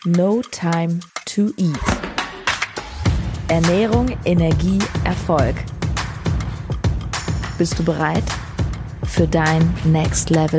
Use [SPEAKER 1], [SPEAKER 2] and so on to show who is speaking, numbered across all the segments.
[SPEAKER 1] No Time to Eat. Ernährung, Energie, Erfolg. Bist du bereit für dein Next Level?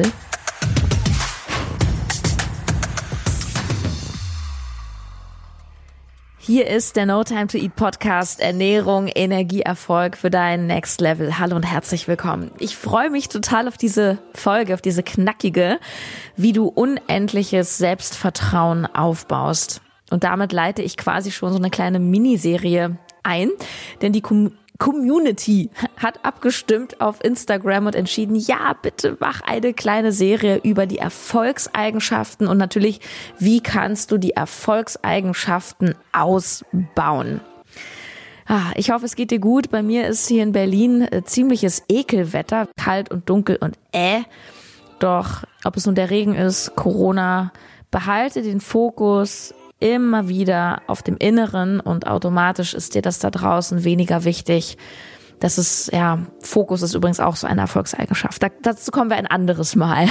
[SPEAKER 1] Hier ist der No Time to Eat Podcast, Ernährung, Energie, Erfolg für dein Next Level. Hallo und herzlich willkommen. Ich freue mich total auf diese Folge, auf diese knackige, wie du unendliches Selbstvertrauen aufbaust. Und damit leite ich quasi schon so eine kleine Miniserie ein, denn die Community hat abgestimmt auf Instagram und entschieden, ja, bitte mach eine kleine Serie über die Erfolgseigenschaften und natürlich, wie kannst du die Erfolgseigenschaften ausbauen. Ich hoffe, es geht dir gut. Bei mir ist hier in Berlin ziemliches Ekelwetter, kalt und dunkel und Doch ob es nun der Regen ist, Corona, behalte den Fokus immer wieder auf dem Inneren und automatisch ist dir das da draußen weniger wichtig. Das ist, Fokus ist übrigens auch so eine Erfolgseigenschaft. Dazu kommen wir ein anderes Mal.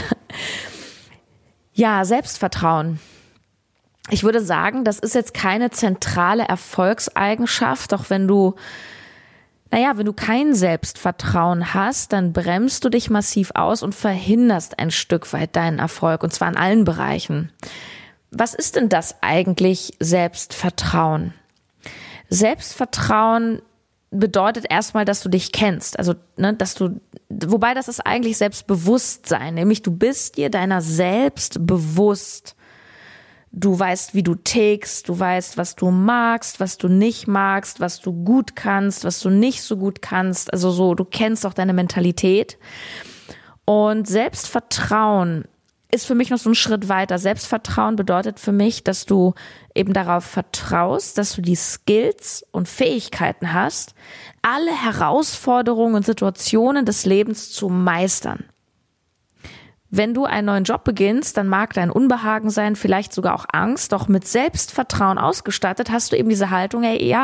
[SPEAKER 1] Ja, Selbstvertrauen. Ich würde sagen, das ist jetzt keine zentrale Erfolgseigenschaft, doch wenn du kein Selbstvertrauen hast, dann bremst du dich massiv aus und verhinderst ein Stück weit deinen Erfolg, und zwar in allen Bereichen. Was ist denn das eigentlich Selbstvertrauen? Selbstvertrauen bedeutet erstmal, dass du dich kennst. Also, wobei das ist eigentlich Selbstbewusstsein. Nämlich du bist dir deiner selbst bewusst. Du weißt, wie du tickst. Du weißt, was du magst, was du nicht magst, was du gut kannst, was du nicht so gut kannst. Also so, du kennst auch deine Mentalität. Und Selbstvertrauen ist für mich noch so ein Schritt weiter. Selbstvertrauen bedeutet für mich, dass du eben darauf vertraust, dass du die Skills und Fähigkeiten hast, alle Herausforderungen und Situationen des Lebens zu meistern. Wenn du einen neuen Job beginnst, dann mag dein Unbehagen sein, vielleicht sogar auch Angst, doch mit Selbstvertrauen ausgestattet hast du eben diese Haltung,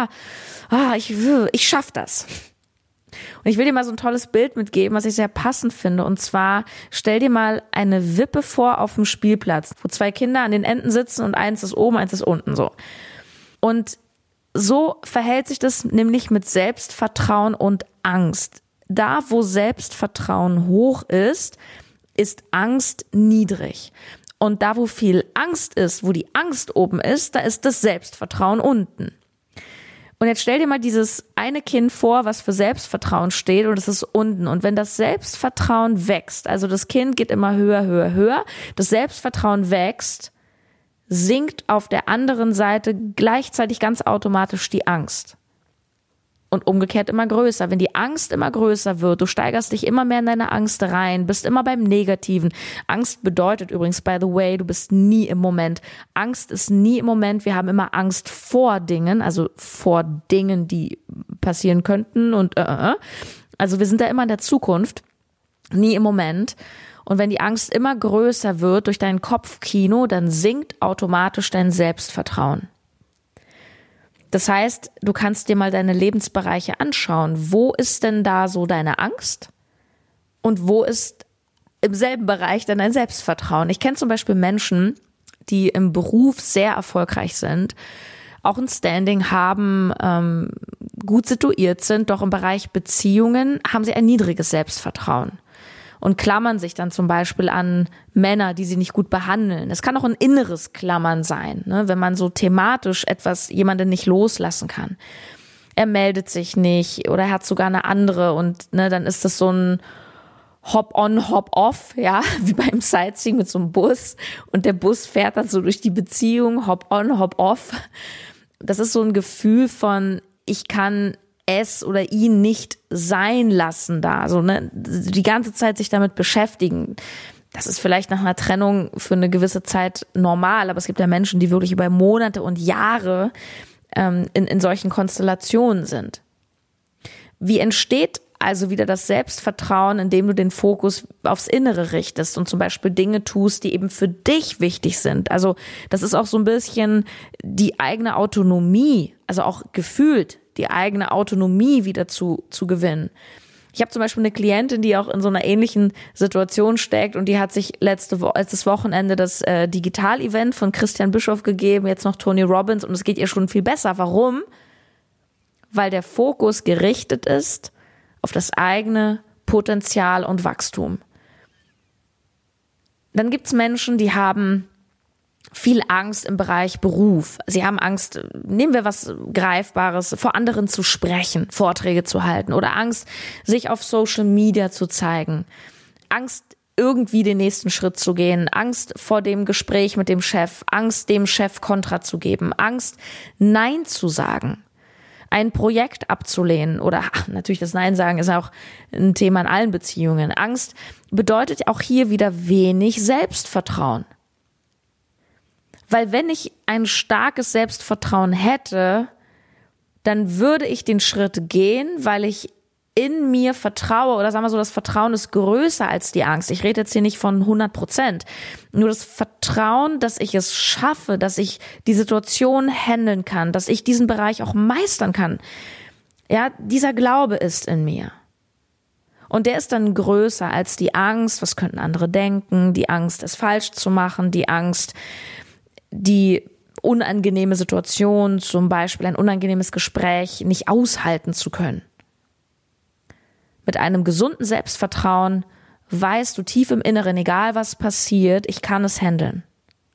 [SPEAKER 1] ich schaff das. Und ich will dir mal so ein tolles Bild mitgeben, was ich sehr passend finde. Und zwar stell dir mal eine Wippe vor auf dem Spielplatz, wo zwei Kinder an den Enden sitzen und eins ist oben, eins ist unten so. Und so verhält sich das nämlich mit Selbstvertrauen und Angst. Da, wo Selbstvertrauen hoch ist, ist Angst niedrig. Und da, wo viel Angst ist, wo die Angst oben ist, da ist das Selbstvertrauen unten. Und jetzt stell dir mal dieses eine Kind vor, was für Selbstvertrauen steht, und es ist unten. Und wenn das Selbstvertrauen wächst, also das Kind geht immer höher, höher, höher, das Selbstvertrauen wächst, sinkt auf der anderen Seite gleichzeitig ganz automatisch die Angst. Und umgekehrt immer größer. Wenn die Angst immer größer wird, du steigerst dich immer mehr in deine Angst rein, bist immer beim Negativen. Angst bedeutet übrigens, by the way, du bist nie im Moment. Angst ist nie im Moment. Wir haben immer Angst vor Dingen, also vor Dingen, die passieren könnten und Also wir sind da immer in der Zukunft, nie im Moment. Und wenn die Angst immer größer wird durch dein Kopfkino, dann sinkt automatisch dein Selbstvertrauen. Das heißt, du kannst dir mal deine Lebensbereiche anschauen. Wo ist denn da so deine Angst? Und wo ist im selben Bereich dann dein Selbstvertrauen? Ich kenne zum Beispiel Menschen, die im Beruf sehr erfolgreich sind, auch ein Standing haben, gut situiert sind, doch im Bereich Beziehungen haben sie ein niedriges Selbstvertrauen. Und klammern sich dann zum Beispiel an Männer, die sie nicht gut behandeln. Es kann auch ein inneres Klammern sein, ne, wenn man so thematisch jemanden nicht loslassen kann. Er meldet sich nicht oder er hat sogar eine andere und dann ist das so ein Hop-on, Hop-off, wie beim Sightseeing mit so einem Bus. Und der Bus fährt dann so durch die Beziehung, Hop-on, Hop-off. Das ist so ein Gefühl von, ich kann es oder ihn nicht sein lassen da, die ganze Zeit sich damit beschäftigen. Das ist vielleicht nach einer Trennung für eine gewisse Zeit normal, aber es gibt ja Menschen, die wirklich über Monate und Jahre in solchen Konstellationen sind. Wie entsteht also wieder das Selbstvertrauen, indem du den Fokus aufs Innere richtest und zum Beispiel Dinge tust, die eben für dich wichtig sind? Also das ist auch so ein bisschen die eigene Autonomie, also auch gefühlt die eigene Autonomie wieder zu gewinnen. Ich habe zum Beispiel eine Klientin, die auch in so einer ähnlichen Situation steckt und die hat sich letztes Wochenende das Digital-Event von Christian Bischoff gegeben, jetzt noch Tony Robbins und es geht ihr schon viel besser. Warum? Weil der Fokus gerichtet ist auf das eigene Potenzial und Wachstum. Dann gibt's Menschen, die haben viel Angst im Bereich Beruf. Sie haben Angst, nehmen wir was Greifbares, vor anderen zu sprechen, Vorträge zu halten oder Angst, sich auf Social Media zu zeigen. Angst, irgendwie den nächsten Schritt zu gehen. Angst vor dem Gespräch mit dem Chef. Angst, dem Chef Kontra zu geben. Angst, Nein zu sagen. Ein Projekt abzulehnen oder natürlich das Nein sagen ist auch ein Thema in allen Beziehungen. Angst bedeutet auch hier wieder wenig Selbstvertrauen. Weil wenn ich ein starkes Selbstvertrauen hätte, dann würde ich den Schritt gehen, weil ich in mir vertraue oder sagen wir so, das Vertrauen ist größer als die Angst. Ich rede jetzt hier nicht von 100%. Nur das Vertrauen, dass ich es schaffe, dass ich die Situation handeln kann, dass ich diesen Bereich auch meistern kann. Ja, dieser Glaube ist in mir. Und der ist dann größer als die Angst, was könnten andere denken, die Angst, es falsch zu machen, die Angst, die unangenehme Situation, zum Beispiel ein unangenehmes Gespräch, nicht aushalten zu können. Mit einem gesunden Selbstvertrauen weißt du tief im Inneren, egal was passiert, ich kann es handeln.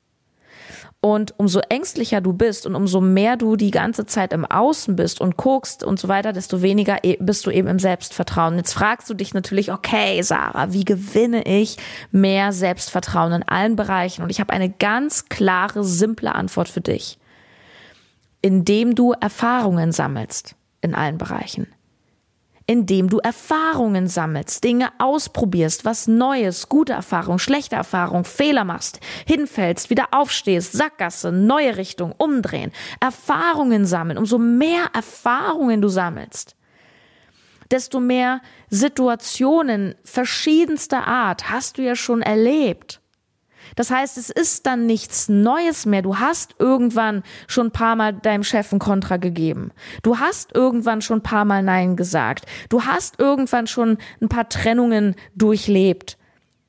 [SPEAKER 1] Und umso ängstlicher du bist und umso mehr du die ganze Zeit im Außen bist und guckst und so weiter, desto weniger bist du eben im Selbstvertrauen. Jetzt fragst du dich natürlich, okay, Sarah, wie gewinne ich mehr Selbstvertrauen in allen Bereichen? Und ich habe eine ganz klare, simple Antwort für dich. Indem du Erfahrungen sammelst in allen Bereichen. Indem du Erfahrungen sammelst, Dinge ausprobierst, was Neues, gute Erfahrung, schlechte Erfahrung, Fehler machst, hinfällst, wieder aufstehst, Sackgasse, neue Richtung, umdrehen, Erfahrungen sammeln. Umso mehr Erfahrungen du sammelst, desto mehr Situationen verschiedenster Art hast du ja schon erlebt. Das heißt, es ist dann nichts Neues mehr. Du hast irgendwann schon ein paar Mal deinem Chef ein Kontra gegeben. Du hast irgendwann schon ein paar Mal Nein gesagt. Du hast irgendwann schon ein paar Trennungen durchlebt.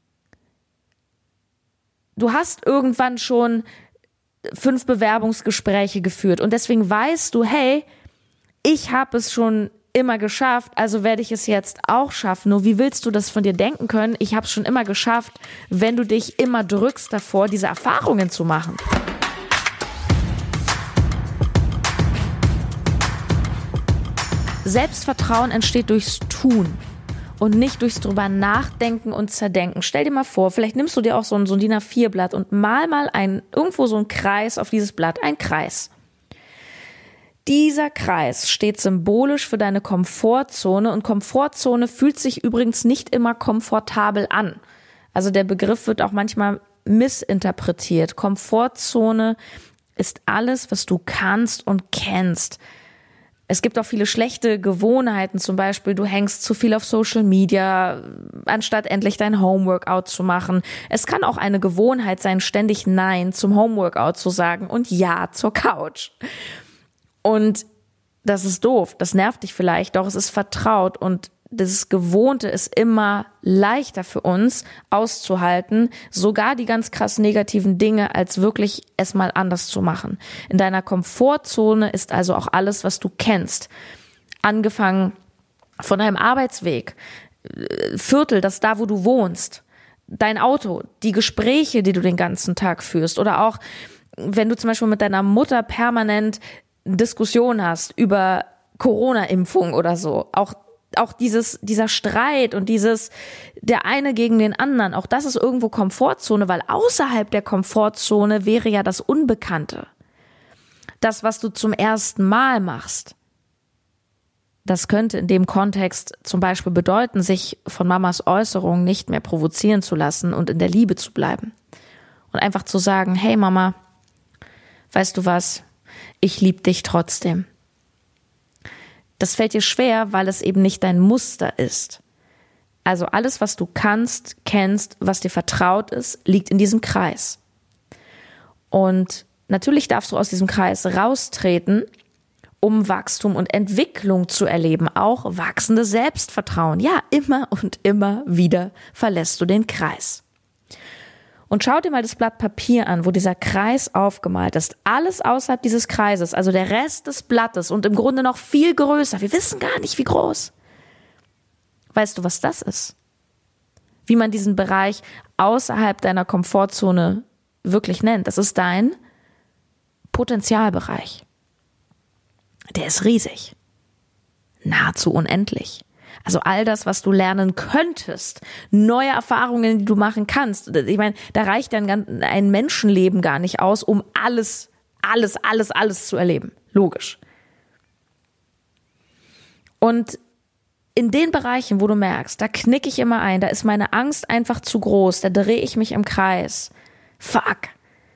[SPEAKER 1] Du hast irgendwann schon 5 Bewerbungsgespräche geführt. Und deswegen weißt du, hey, ich habe es schon immer geschafft, also werde ich es jetzt auch schaffen. Nur wie willst du das von dir denken können? Ich habe es schon immer geschafft, wenn du dich immer drückst davor, diese Erfahrungen zu machen. Selbstvertrauen entsteht durchs Tun und nicht durchs drüber nachdenken und zerdenken. Stell dir mal vor, vielleicht nimmst du dir auch so ein DIN A4-Blatt und mal irgendwo so einen Kreis auf dieses Blatt, ein Kreis. Dieser Kreis steht symbolisch für deine Komfortzone und Komfortzone fühlt sich übrigens nicht immer komfortabel an. Also der Begriff wird auch manchmal missinterpretiert. Komfortzone ist alles, was du kannst und kennst. Es gibt auch viele schlechte Gewohnheiten, zum Beispiel du hängst zu viel auf Social Media, anstatt endlich dein Homeworkout zu machen. Es kann auch eine Gewohnheit sein, ständig Nein zum Homeworkout zu sagen und Ja zur Couch. Und das ist doof, das nervt dich vielleicht, doch es ist vertraut und das Gewohnte ist immer leichter für uns auszuhalten, sogar die ganz krass negativen Dinge, als wirklich es mal anders zu machen. In deiner Komfortzone ist also auch alles, was du kennst. Angefangen von deinem Arbeitsweg, Viertel, das da, wo du wohnst, dein Auto, die Gespräche, die du den ganzen Tag führst oder auch, wenn du zum Beispiel mit deiner Mutter permanent Diskussion hast über Corona-Impfung oder so, auch dieser Streit und der eine gegen den anderen, auch das ist irgendwo Komfortzone, weil außerhalb der Komfortzone wäre ja das Unbekannte. Das, was du zum ersten Mal machst. Das könnte in dem Kontext zum Beispiel bedeuten, sich von Mamas Äußerungen nicht mehr provozieren zu lassen und in der Liebe zu bleiben. Und einfach zu sagen, hey Mama, weißt du was? Ich liebe dich trotzdem. Das fällt dir schwer, weil es eben nicht dein Muster ist. Also alles, was du kannst, kennst, was dir vertraut ist, liegt in diesem Kreis. Und natürlich darfst du aus diesem Kreis raustreten um Wachstum und Entwicklung zu erleben, auch wachsendes Selbstvertrauen. Ja, immer und immer wieder verlässt du den Kreis. Und schau dir mal das Blatt Papier an, wo dieser Kreis aufgemalt ist. Alles außerhalb dieses Kreises, also der Rest des Blattes und im Grunde noch viel größer. Wir wissen gar nicht, wie groß. Weißt du, was das ist? Wie man diesen Bereich außerhalb deiner Komfortzone wirklich nennt. Das ist dein Potenzialbereich. Der ist riesig. Nahezu unendlich. Also all das, was du lernen könntest, neue Erfahrungen, die du machen kannst. Ich meine, da reicht ein Menschenleben gar nicht aus, um alles zu erleben. Logisch. Und in den Bereichen, wo du merkst, da knicke ich immer ein, da ist meine Angst einfach zu groß, da drehe ich mich im Kreis. Fuck.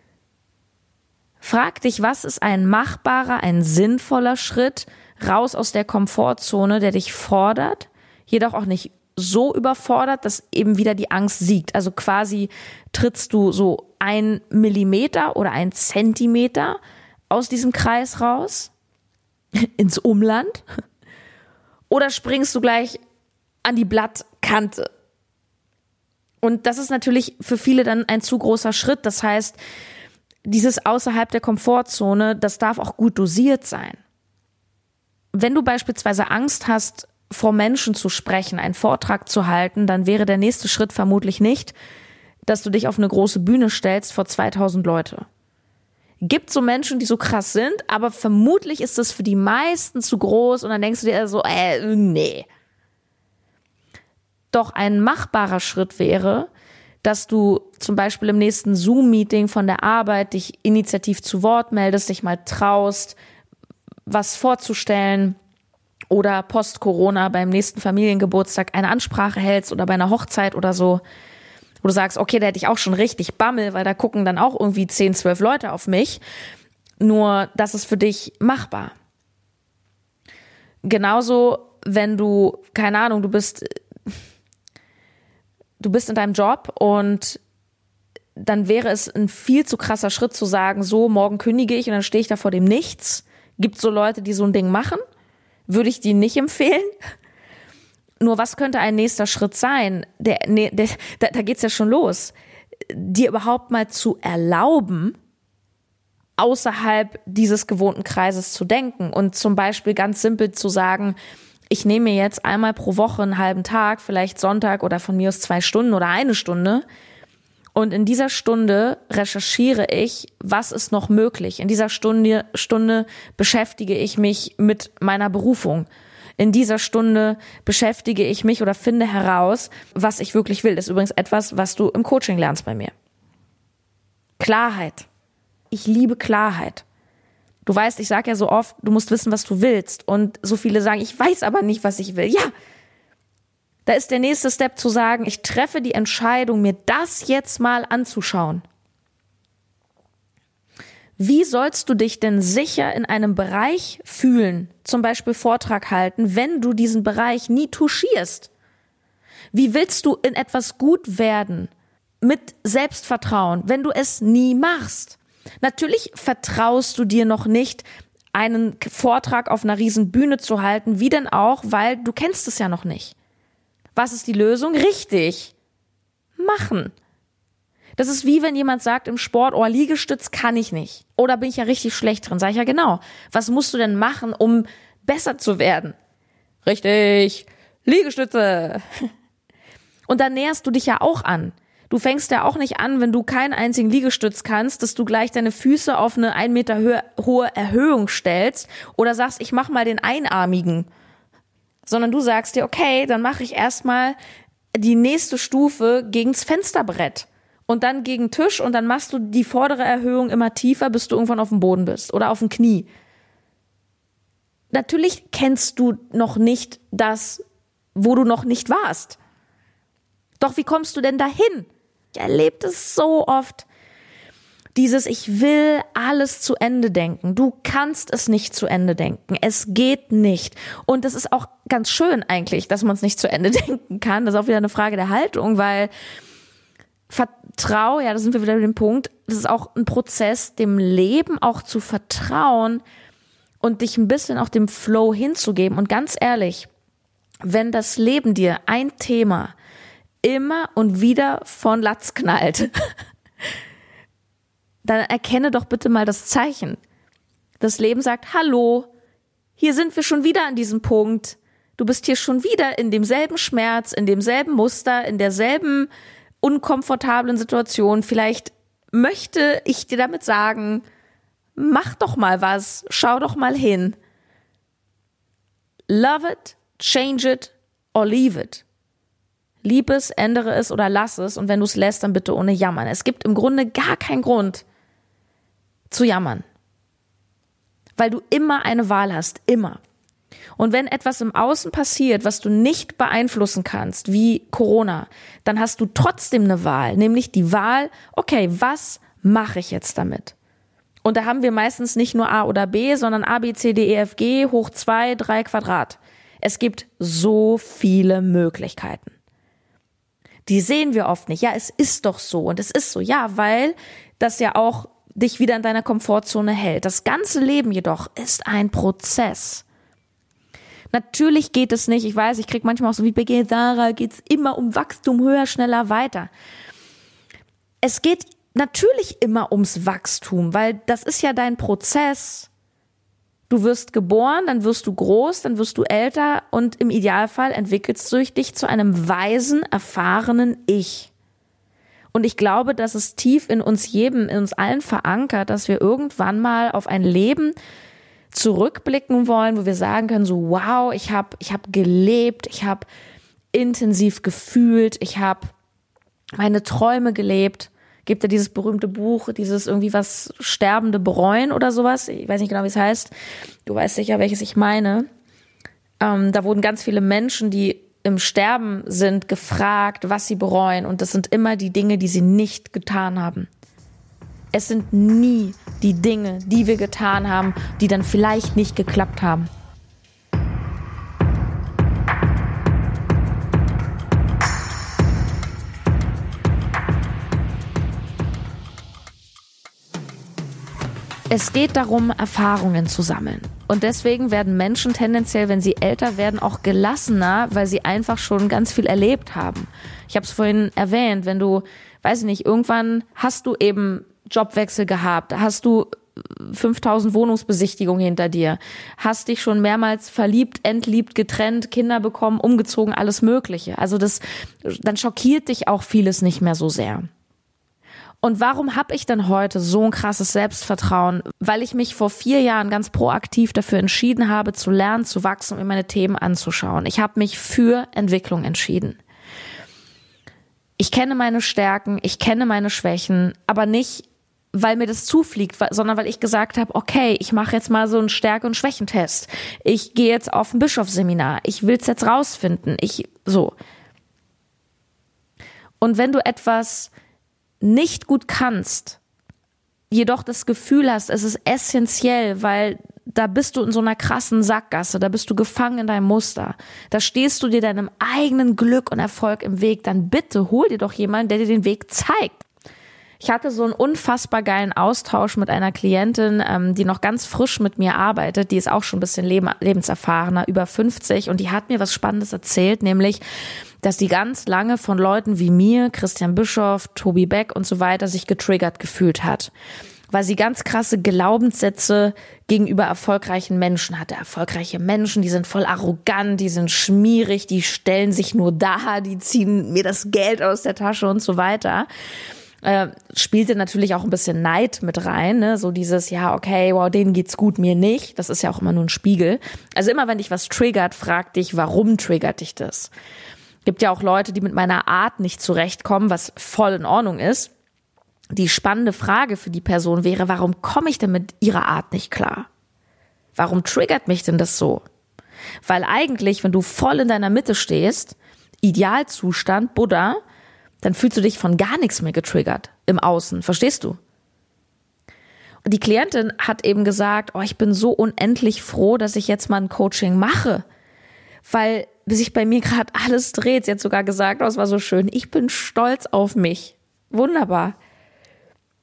[SPEAKER 1] Frag dich, was ist ein machbarer, ein sinnvoller Schritt raus aus der Komfortzone, der dich fordert, jedoch auch nicht so überfordert, dass eben wieder die Angst siegt. Also quasi trittst du so 1 Millimeter oder 1 Zentimeter aus diesem Kreis raus, ins Umland, oder springst du gleich an die Blattkante. Und das ist natürlich für viele dann ein zu großer Schritt. Das heißt, dieses außerhalb der Komfortzone, das darf auch gut dosiert sein. Wenn du beispielsweise Angst hast, vor Menschen zu sprechen, einen Vortrag zu halten, dann wäre der nächste Schritt vermutlich nicht, dass du dich auf eine große Bühne stellst vor 2000 Leute. Gibt so Menschen, die so krass sind, aber vermutlich ist das für die meisten zu groß und dann denkst du dir so, nee. Doch ein machbarer Schritt wäre, dass du zum Beispiel im nächsten Zoom-Meeting von der Arbeit dich initiativ zu Wort meldest, dich mal traust, was vorzustellen oder post-Corona beim nächsten Familiengeburtstag eine Ansprache hältst oder bei einer Hochzeit oder so, wo du sagst, okay, da hätte ich auch schon richtig Bammel, weil da gucken dann auch irgendwie 10, 12 Leute auf mich. Nur, das ist für dich machbar. Genauso, wenn du, keine Ahnung, du bist in deinem Job und dann wäre es ein viel zu krasser Schritt zu sagen, so, morgen kündige ich und dann stehe ich da vor dem Nichts. Gibt so Leute, die so ein Ding machen? Würde ich die nicht empfehlen? Nur was könnte ein nächster Schritt sein? Da geht's ja schon los. Dir überhaupt mal zu erlauben, außerhalb dieses gewohnten Kreises zu denken und zum Beispiel ganz simpel zu sagen, ich nehme mir jetzt einmal pro Woche einen halben Tag, vielleicht Sonntag oder von mir aus 2 Stunden oder 1 Stunde. Und in dieser Stunde recherchiere ich, was ist noch möglich. In dieser Stunde beschäftige ich mich mit meiner Berufung. In dieser Stunde beschäftige ich mich oder finde heraus, was ich wirklich will. Das ist übrigens etwas, was du im Coaching lernst bei mir. Klarheit. Ich liebe Klarheit. Du weißt, ich sage ja so oft, du musst wissen, was du willst. Und so viele sagen, ich weiß aber nicht, was ich will. Ja, da ist der nächste Step zu sagen, ich treffe die Entscheidung, mir das jetzt mal anzuschauen. Wie sollst du dich denn sicher in einem Bereich fühlen, zum Beispiel Vortrag halten, wenn du diesen Bereich nie touchierst? Wie willst du in etwas gut werden mit Selbstvertrauen, wenn du es nie machst? Natürlich vertraust du dir noch nicht, einen Vortrag auf einer riesen Bühne zu halten, wie denn auch, weil du kennst es ja noch nicht. Was ist die Lösung? Richtig. Machen. Das ist wie wenn jemand sagt im Sport, oh, Liegestütz kann ich nicht. Oder bin ich ja richtig schlecht drin. Sag ich ja genau. Was musst du denn machen, um besser zu werden? Richtig. Liegestütze. Und dann näherst du dich ja auch an. Du fängst ja auch nicht an, wenn du keinen einzigen Liegestütz kannst, dass du gleich deine Füße auf eine 1 Meter hohe Erhöhung stellst oder sagst, ich mach mal den Einarmigen. Sondern du sagst dir, okay, dann mache ich erstmal die nächste Stufe gegens Fensterbrett und dann gegen Tisch und dann machst du die vordere Erhöhung immer tiefer, bis du irgendwann auf dem Boden bist oder auf dem Knie. Natürlich kennst du noch nicht das, wo du noch nicht warst. Doch wie kommst du denn dahin? Ich erlebe das so oft. Dieses, ich will alles zu Ende denken. Du kannst es nicht zu Ende denken. Es geht nicht. Und das ist auch ganz schön eigentlich, dass man es nicht zu Ende denken kann. Das ist auch wieder eine Frage der Haltung, weil Vertrau, ja, da sind wir wieder bei dem Punkt, das ist auch ein Prozess, dem Leben auch zu vertrauen und dich ein bisschen auch dem Flow hinzugeben. Und ganz ehrlich, wenn das Leben dir ein Thema immer und wieder von Latz knallt, dann erkenne doch bitte mal das Zeichen. Das Leben sagt, hallo, hier sind wir schon wieder an diesem Punkt. Du bist hier schon wieder in demselben Schmerz, in demselben Muster, in derselben unkomfortablen Situation. Vielleicht möchte ich dir damit sagen, mach doch mal was, schau doch mal hin. Love it, change it or leave it. Lieb es, ändere es oder lass es, und wenn du es lässt, dann bitte ohne Jammern. Es gibt im Grunde gar keinen Grund zu jammern, weil du immer eine Wahl hast, immer. Und wenn etwas im Außen passiert, was du nicht beeinflussen kannst, wie Corona, dann hast du trotzdem eine Wahl, nämlich die Wahl, okay, was mache ich jetzt damit? Und da haben wir meistens nicht nur A oder B, sondern A, B, C, D, E, F, G hoch 2, 3 Quadrat. Es gibt so viele Möglichkeiten. Die sehen wir oft nicht. Ja, es ist doch so. Und es ist so, ja, weil das ja auch dich wieder in deiner Komfortzone hält. Das ganze Leben jedoch ist ein Prozess. Natürlich geht es nicht, ich weiß, ich kriege manchmal auch so wie bei Sarah, geht es immer um Wachstum, höher, schneller, weiter. Es geht natürlich immer ums Wachstum, weil das ist ja dein Prozess. Du wirst geboren, dann wirst du groß, dann wirst du älter und im Idealfall entwickelst du dich zu einem weisen, erfahrenen Ich. Und ich glaube, dass es tief in uns jedem, in uns allen verankert, dass wir irgendwann mal auf ein Leben zurückblicken wollen, wo wir sagen können, so wow, ich hab gelebt, ich habe intensiv gefühlt, ich habe meine Träume gelebt. Gibt ja dieses berühmte Buch, dieses irgendwie was Sterbende bereuen oder sowas. Ich weiß nicht genau, wie es heißt. Du weißt sicher, welches ich meine. Da wurden ganz viele Menschen, die im Sterben sind, gefragt, was sie bereuen. Und das sind immer die Dinge, die sie nicht getan haben. Es sind nie die Dinge, die wir getan haben, die dann vielleicht nicht geklappt haben. Es geht darum, Erfahrungen zu sammeln. Und deswegen werden Menschen tendenziell, wenn sie älter werden, auch gelassener, weil sie einfach schon ganz viel erlebt haben. Ich habe es vorhin erwähnt, wenn du, weiß ich nicht, irgendwann hast du eben Jobwechsel gehabt, hast du 5000 Wohnungsbesichtigungen hinter dir, hast dich schon mehrmals verliebt, entliebt, getrennt, Kinder bekommen, umgezogen, alles Mögliche. Also dann schockiert dich auch vieles nicht mehr so sehr. Und warum habe ich denn heute so ein krasses Selbstvertrauen? Weil ich mich vor 4 Jahren ganz proaktiv dafür entschieden habe, zu lernen, zu wachsen und mir meine Themen anzuschauen. Ich habe mich für Entwicklung entschieden. Ich kenne meine Stärken, ich kenne meine Schwächen, aber nicht, weil mir das zufliegt, sondern weil ich gesagt habe, okay, ich mache jetzt mal so einen Stärke- und Schwächentest. Ich gehe jetzt auf ein Bischofsseminar. Ich will es jetzt rausfinden. Und wenn du etwas nicht gut kannst, jedoch das Gefühl hast, es ist essentiell, weil da bist du in so einer krassen Sackgasse, da bist du gefangen in deinem Muster, da stehst du dir deinem eigenen Glück und Erfolg im Weg, dann bitte hol dir doch jemanden, der dir den Weg zeigt. Ich hatte so einen unfassbar geilen Austausch mit einer Klientin, die noch ganz frisch mit mir arbeitet, die ist auch schon ein bisschen lebenserfahrener, über 50, und die hat mir was Spannendes erzählt, nämlich, dass die ganz lange von Leuten wie mir, Christian Bischoff, Tobi Beck und so weiter sich getriggert gefühlt hat, weil sie ganz krasse Glaubenssätze gegenüber erfolgreichen Menschen hatte. Erfolgreiche Menschen, die sind voll arrogant, die sind schmierig, die stellen sich nur da, die ziehen mir das Geld aus der Tasche und so weiter. Spielte natürlich auch ein bisschen Neid mit rein, ne? So dieses, ja, okay, wow, denen geht's gut, mir nicht. Das ist ja auch immer nur ein Spiegel. Also immer, wenn dich was triggert, frag dich, warum triggert dich das? Gibt ja auch Leute, die mit meiner Art nicht zurechtkommen, was voll in Ordnung ist. Die spannende Frage für die Person wäre, warum komme ich denn mit ihrer Art nicht klar? Warum triggert mich denn das so? Weil eigentlich, wenn du voll in deiner Mitte stehst, Idealzustand, Buddha, dann fühlst du dich von gar nichts mehr getriggert im Außen, verstehst du? Und die Klientin hat eben gesagt, ich bin so unendlich froh, dass ich jetzt mal ein Coaching mache, weil sich bei mir gerade alles dreht. Sie hat sogar gesagt, es war so schön, ich bin stolz auf mich. Wunderbar.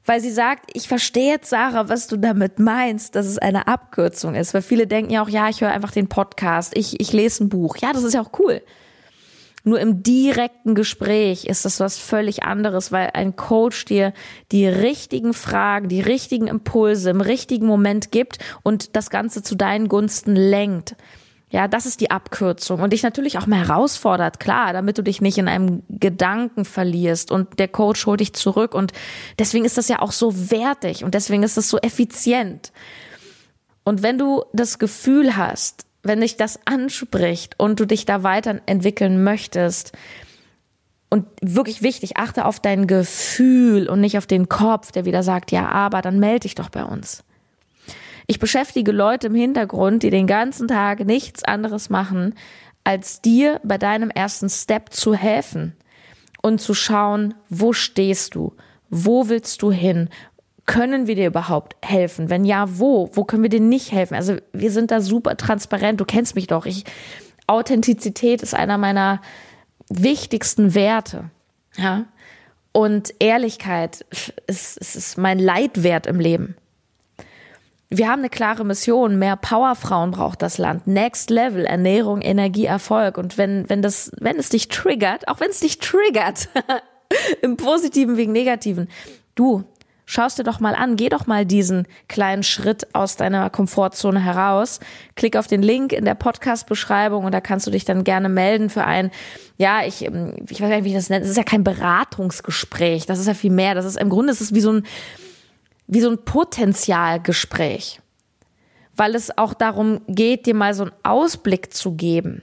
[SPEAKER 1] Weil sie sagt, ich verstehe jetzt, Sarah, was du damit meinst, dass es eine Abkürzung ist. Weil viele denken ja auch, ja, ich höre einfach den Podcast, ich lese ein Buch. Ja, das ist ja auch cool. Nur im direkten Gespräch ist das was völlig anderes, weil ein Coach dir die richtigen Fragen, die richtigen Impulse im richtigen Moment gibt und das Ganze zu deinen Gunsten lenkt. Ja, das ist die Abkürzung und dich natürlich auch mehr herausfordert, klar, damit du dich nicht in einem Gedanken verlierst und der Coach holt dich zurück und deswegen ist das ja auch so wertig und deswegen ist das so effizient. Und wenn du das Gefühl hast, wenn dich das anspricht und du dich da weiterentwickeln möchtest und wirklich wichtig, achte auf dein Gefühl und nicht auf den Kopf, der wieder sagt, ja, aber dann melde dich doch bei uns. Ich beschäftige Leute im Hintergrund, die den ganzen Tag nichts anderes machen, als dir bei deinem ersten Step zu helfen und zu schauen, wo stehst du, wo willst du hin, können wir dir überhaupt helfen? Wenn ja, wo? Wo können wir dir nicht helfen? Also wir sind da super transparent, du kennst mich doch. Authentizität ist einer meiner wichtigsten Werte. Ja? Und Ehrlichkeit ist mein Leitwert im Leben. Wir haben eine klare Mission, mehr Powerfrauen braucht das Land. Next Level, Ernährung, Energie, Erfolg. Und wenn es dich triggert, auch wenn es dich triggert, im Positiven wie im Negativen, du schaust dir doch mal an, geh doch mal diesen kleinen Schritt aus deiner Komfortzone heraus. Klick auf den Link in der Podcast-Beschreibung und da kannst du dich dann gerne melden für ein, ja, ich weiß gar nicht, wie ich das nenne. Das ist ja kein Beratungsgespräch, das ist ja viel mehr. Das ist im Grunde, es ist wie so ein Potenzialgespräch, weil es auch darum geht, dir mal so einen Ausblick zu geben.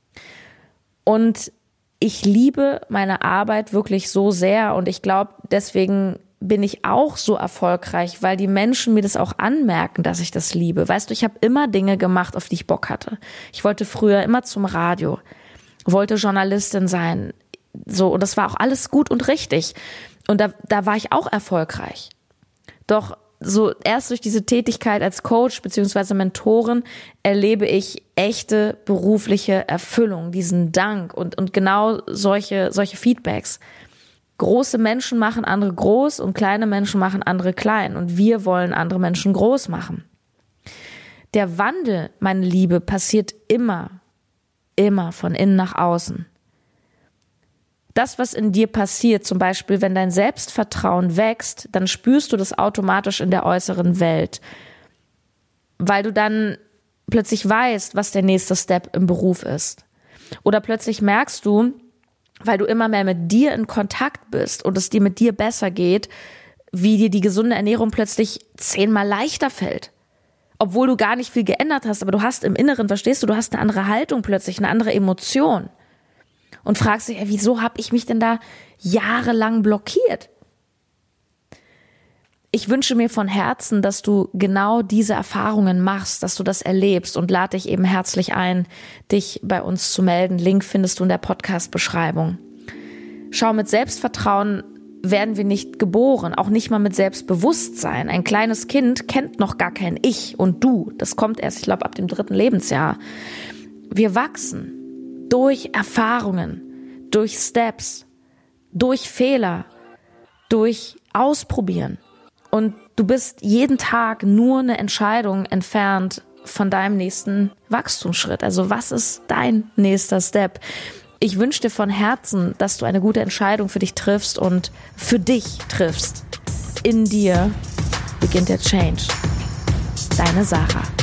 [SPEAKER 1] Und ich liebe meine Arbeit wirklich so sehr und ich glaube, deswegen bin ich auch so erfolgreich, weil die Menschen mir das auch anmerken, dass ich das liebe. Weißt du, ich habe immer Dinge gemacht, auf die ich Bock hatte. Ich wollte früher immer zum Radio, wollte Journalistin sein, so, und das war auch alles gut und richtig. Und da war ich auch erfolgreich. Doch so erst durch diese Tätigkeit als Coach bzw. Mentorin erlebe ich echte berufliche Erfüllung, diesen Dank und genau solche Feedbacks. Große Menschen machen andere groß und kleine Menschen machen andere klein und wir wollen andere Menschen groß machen. Der Wandel, meine Liebe, passiert immer von innen nach außen. Das, was in dir passiert, zum Beispiel, wenn dein Selbstvertrauen wächst, dann spürst du das automatisch in der äußeren Welt, weil du dann plötzlich weißt, was der nächste Step im Beruf ist. Oder plötzlich merkst du, weil du immer mehr mit dir in Kontakt bist und es dir mit dir besser geht, wie dir die gesunde Ernährung plötzlich 10-mal leichter fällt. Obwohl du gar nicht viel geändert hast, aber du hast im Inneren, verstehst du, du hast eine andere Haltung plötzlich, eine andere Emotion. Und fragst dich, wieso habe ich mich denn da jahrelang blockiert? Ich wünsche mir von Herzen, dass du genau diese Erfahrungen machst, dass du das erlebst und lade dich eben herzlich ein, dich bei uns zu melden. Link findest du in der Podcast-Beschreibung. Schau, mit Selbstvertrauen werden wir nicht geboren, auch nicht mal mit Selbstbewusstsein. Ein kleines Kind kennt noch gar kein Ich und Du. Das kommt erst, ich glaube, ab dem 3. Lebensjahr. Wir wachsen durch Erfahrungen, durch Steps, durch Fehler, durch Ausprobieren. Und du bist jeden Tag nur eine Entscheidung entfernt von deinem nächsten Wachstumsschritt. Also was ist dein nächster Step? Ich wünsche dir von Herzen, dass du eine gute Entscheidung für dich triffst und für dich triffst. In dir beginnt der Change. Deine Sarah.